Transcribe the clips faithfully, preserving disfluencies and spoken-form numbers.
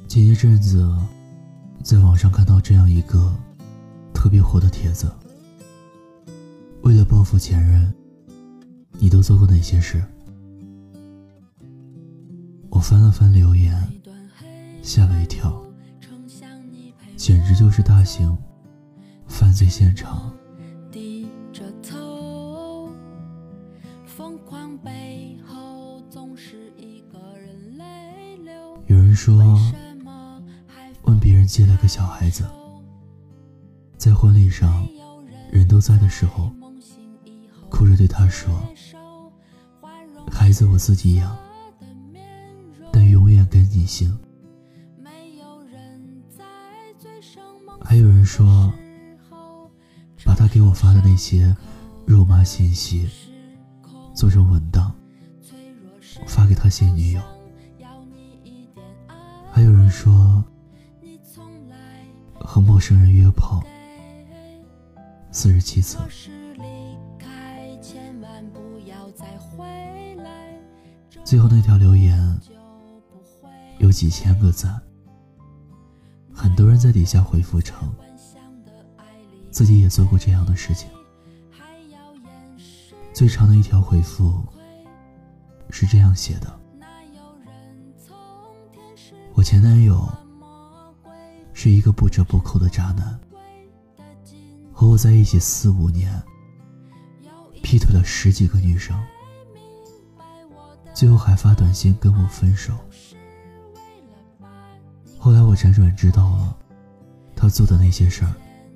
前一阵子在网上看到这样一个特别火的帖子，为了报复前任，你都做过哪些事？我翻了翻留言，吓了一跳，简直就是大型犯罪现场。 低着头，疯狂背后总是一个人泪流。 有人说，问别人接了个小孩子，在婚礼上人都在的时候，哭着对他说，孩子我自己养，但永远跟你姓。还有人说，把他给我发的那些肉麻信息做成文档，发给他现女友。还有人说，和陌生人约炮四十七次。最后那条留言有几千个赞，很多人在底下回复称自己也做过这样的事情。最长的一条回复是这样写的：我前男友是一个不折不扣的渣男，和我在一起四五年，劈腿了十几个女生，最后还发短信跟我分手。后来我辗转知道了他做的那些事儿，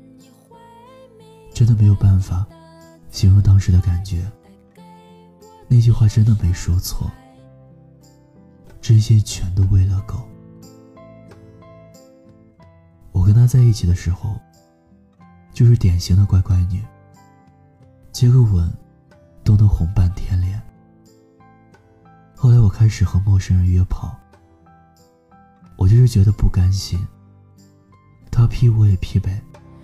真的没有办法形容当时的感觉。那句话真的没说错，真心全都喂了狗。我跟他在一起的时候，就是典型的乖乖女，接个吻都能红半天脸。后来我开始和陌生人约炮，我就是觉得不甘心，他劈我也劈呗。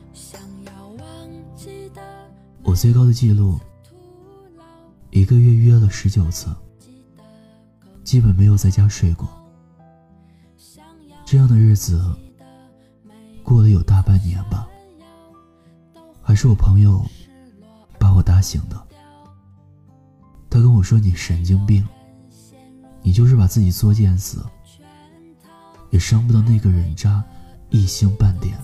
我最高的记录，一个月约了十九次，基本没有在家睡过。这样的日子过了有大半年吧，还是我朋友把我打醒的。他跟我说，你神经病，你就是把自己作贱死，也伤不到那个人渣一星半点。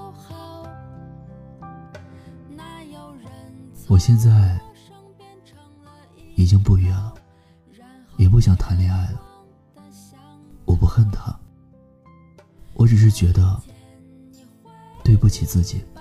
我现在已经不约了，也不想谈恋爱了。我不恨他，我只是觉得对不起自己。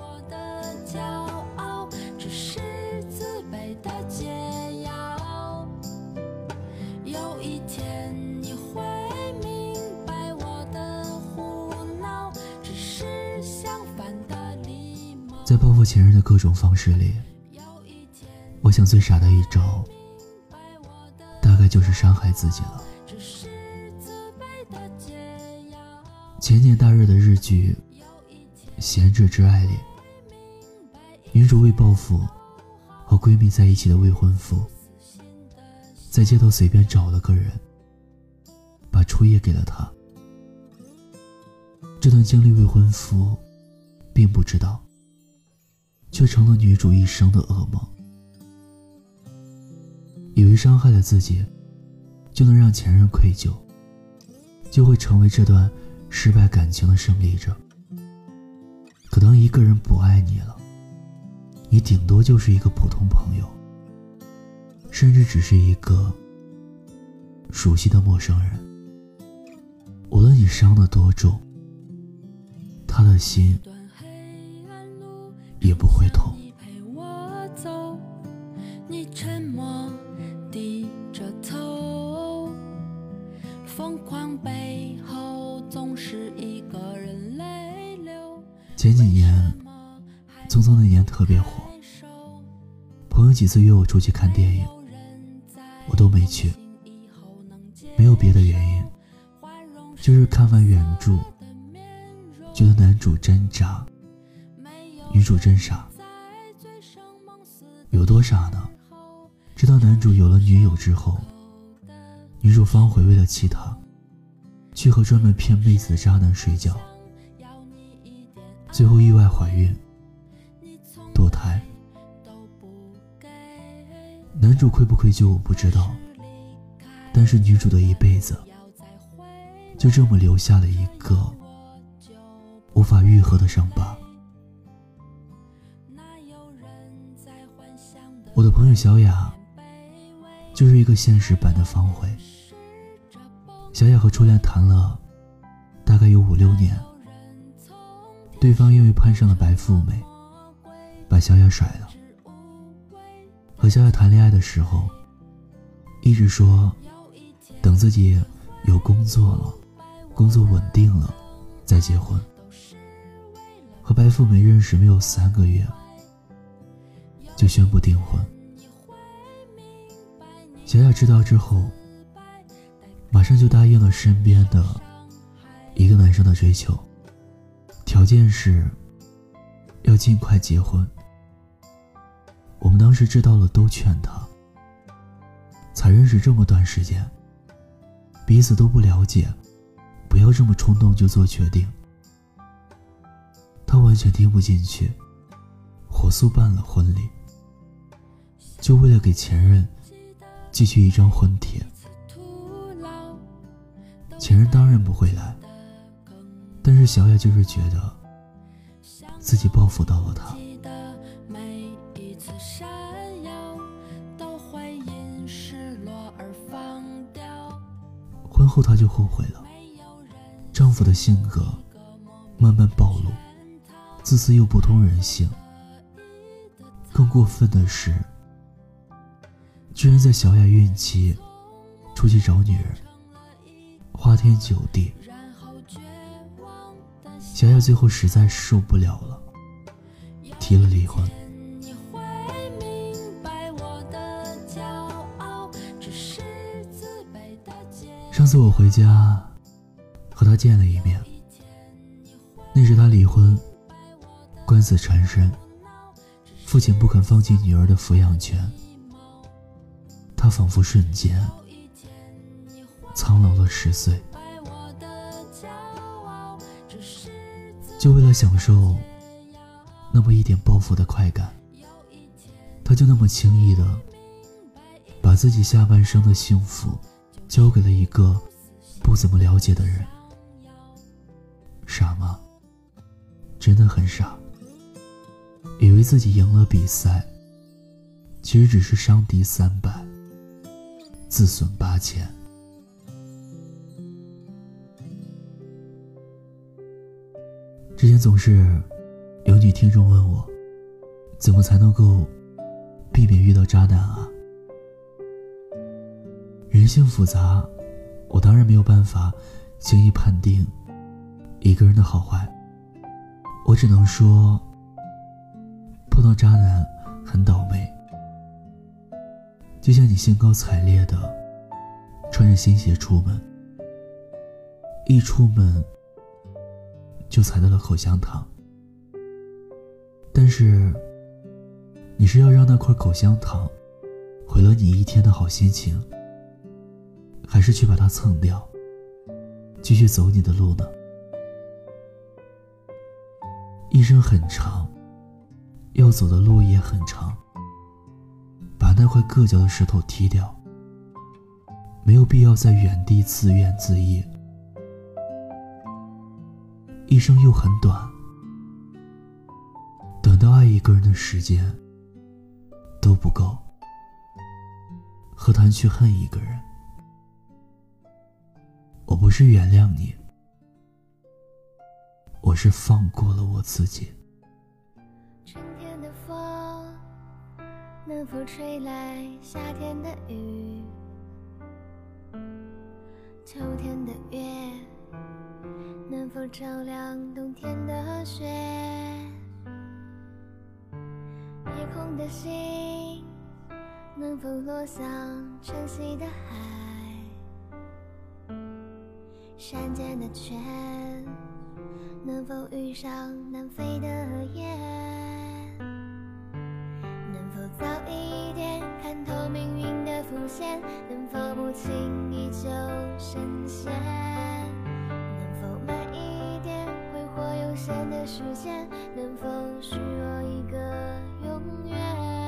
在报复前任的各种方式里，我想最傻的一招大概就是伤害自己了。前年大热的日剧《贤者之爱》里，女主为报复和闺蜜在一起的未婚夫，在街头随便找了个人，把初夜给了他。这段经历未婚夫并不知道，却成了女主一生的噩梦。以为伤害了自己就能让前任愧疚，就会成为这段失败感情的胜利者。可当一个人不爱你了，你顶多就是一个普通朋友，甚至只是一个熟悉的陌生人。无论你伤得多重，他的心也不会痛。 你沉默低着头，疯狂背后总是一个人泪流。 前几年匆匆那年特别火，朋友几次约我出去看电影，我都没去。没有别的原因，就是看完原著觉得男主真渣，女主真傻。有多傻呢？直到男主有了女友之后，女主方茴为了气他， 去和专门骗妹子的渣男睡觉，最后意外怀孕堕胎。男主愧不愧疚我不知道，但是女主的一辈子就这么留下了一个无法愈合的伤疤。我的朋友小雅就是一个现实版的方茴。小雅和初恋谈了大概有五六年，对方因为攀上了白富美把小雅甩了。和小雅谈恋爱的时候一直说等自己有工作了，工作稳定了再结婚。和白富美认识没有三个月就宣布订婚。小雅知道之后马上就答应了身边的一个男生的追求，条件是要尽快结婚。我们当时知道了都劝他，才认识这么短时间，彼此都不了解，不要这么冲动就做决定。他完全听不进去，火速办了婚礼，就为了给前任寄去一张婚帖。前任当然不会来，但是小雅就是觉得自己报复到了他。婚后她就后悔了，丈夫的性格慢慢暴露，自私又不通人性。更过分的是，居然在小雅孕期出去找女人，花天酒地。小雅最后实在受不了了，提了离婚。上次我回家和他见了一面，那时他离婚，官司缠身，父亲不肯放弃女儿的抚养权，他仿佛瞬间苍老了十岁。就为了享受那么一点报复的快感，他就那么轻易的把自己下半生的幸福交给了一个不怎么了解的人。傻吗？真的很傻。以为自己赢了比赛，其实只是伤敌三百，自损八千。之前总是有女听众问我，怎么才能够避免遇到渣男啊？人性复杂，我当然没有办法轻易判定一个人的好坏，我只能说碰到渣男很倒霉。就像你兴高采烈的穿着新鞋出门，一出门就踩到了口香糖，但是你是要让那块口香糖毁了你一天的好心情，还是去把它蹭掉，继续走你的路呢？一生很长，要走的路也很长，把那块硌脚的石头踢掉，没有必要在原地自怨自艾。一生又很短，短到爱一个人的时间都不够，何谈去恨一个人？我不是原谅你，我是放过了我自己。 春天的风能否吹来夏天的雨，秋天的月能否照亮冬天的雪，夜空的星能否落向晨曦的海，山间的泉能否遇上南飞的雁，能否早一点看透命运的伏线，能否不轻易就深陷。 时间，能否许我一个永远？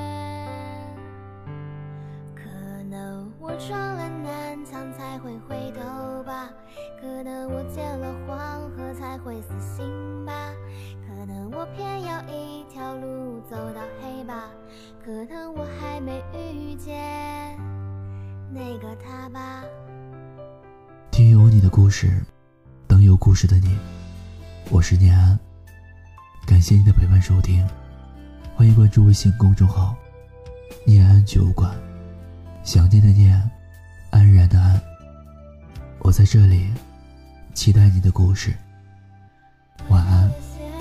可能我撞了南墙才会回头吧，可能我见了黄河才会死心吧，可能我偏要一条路走到黑吧，可能我还没遇见那个他吧。 听有你的故事，等有故事的你，我是念安，感谢你的陪伴收听，欢迎关注微信公众号念安酒馆，想念的念，安然的安，我在这里期待你的故事，晚安。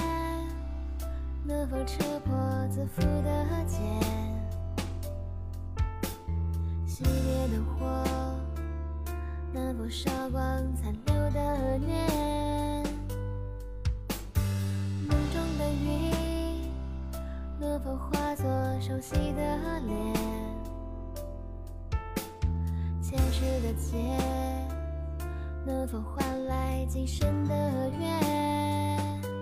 能否扯破自负的茧，熄灭的火能否烧光残留的念，梦中的云能否化作熟悉的脸，前世的劫能否换来今生的缘，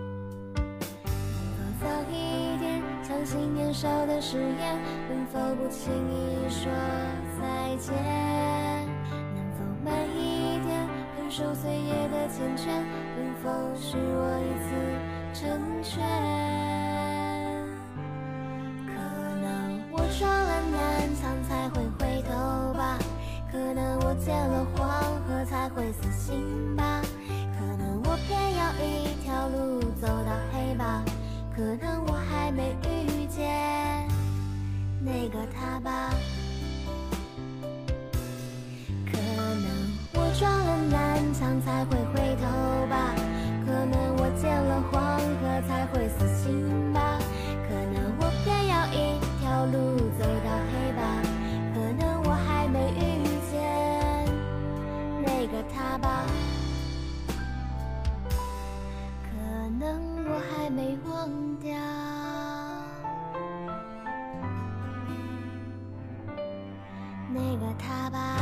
能否早一点相信年少的誓言，能否不轻易说再见，能否慢一点忍受岁月的缱绻，能否使我一次成全。可能我撞了南墙才会回头吧，可能我见了黄河才会死心吧，可能我偏要一条路走到黑吧，可能我还没遇见那个他吧。可能我撞了南墙才会回头吧，可能我见了黄河才会死心吧，可能我偏要一条路走到黑吧，可能我还没遇见那个他吧，可能我还没忘掉那个他吧。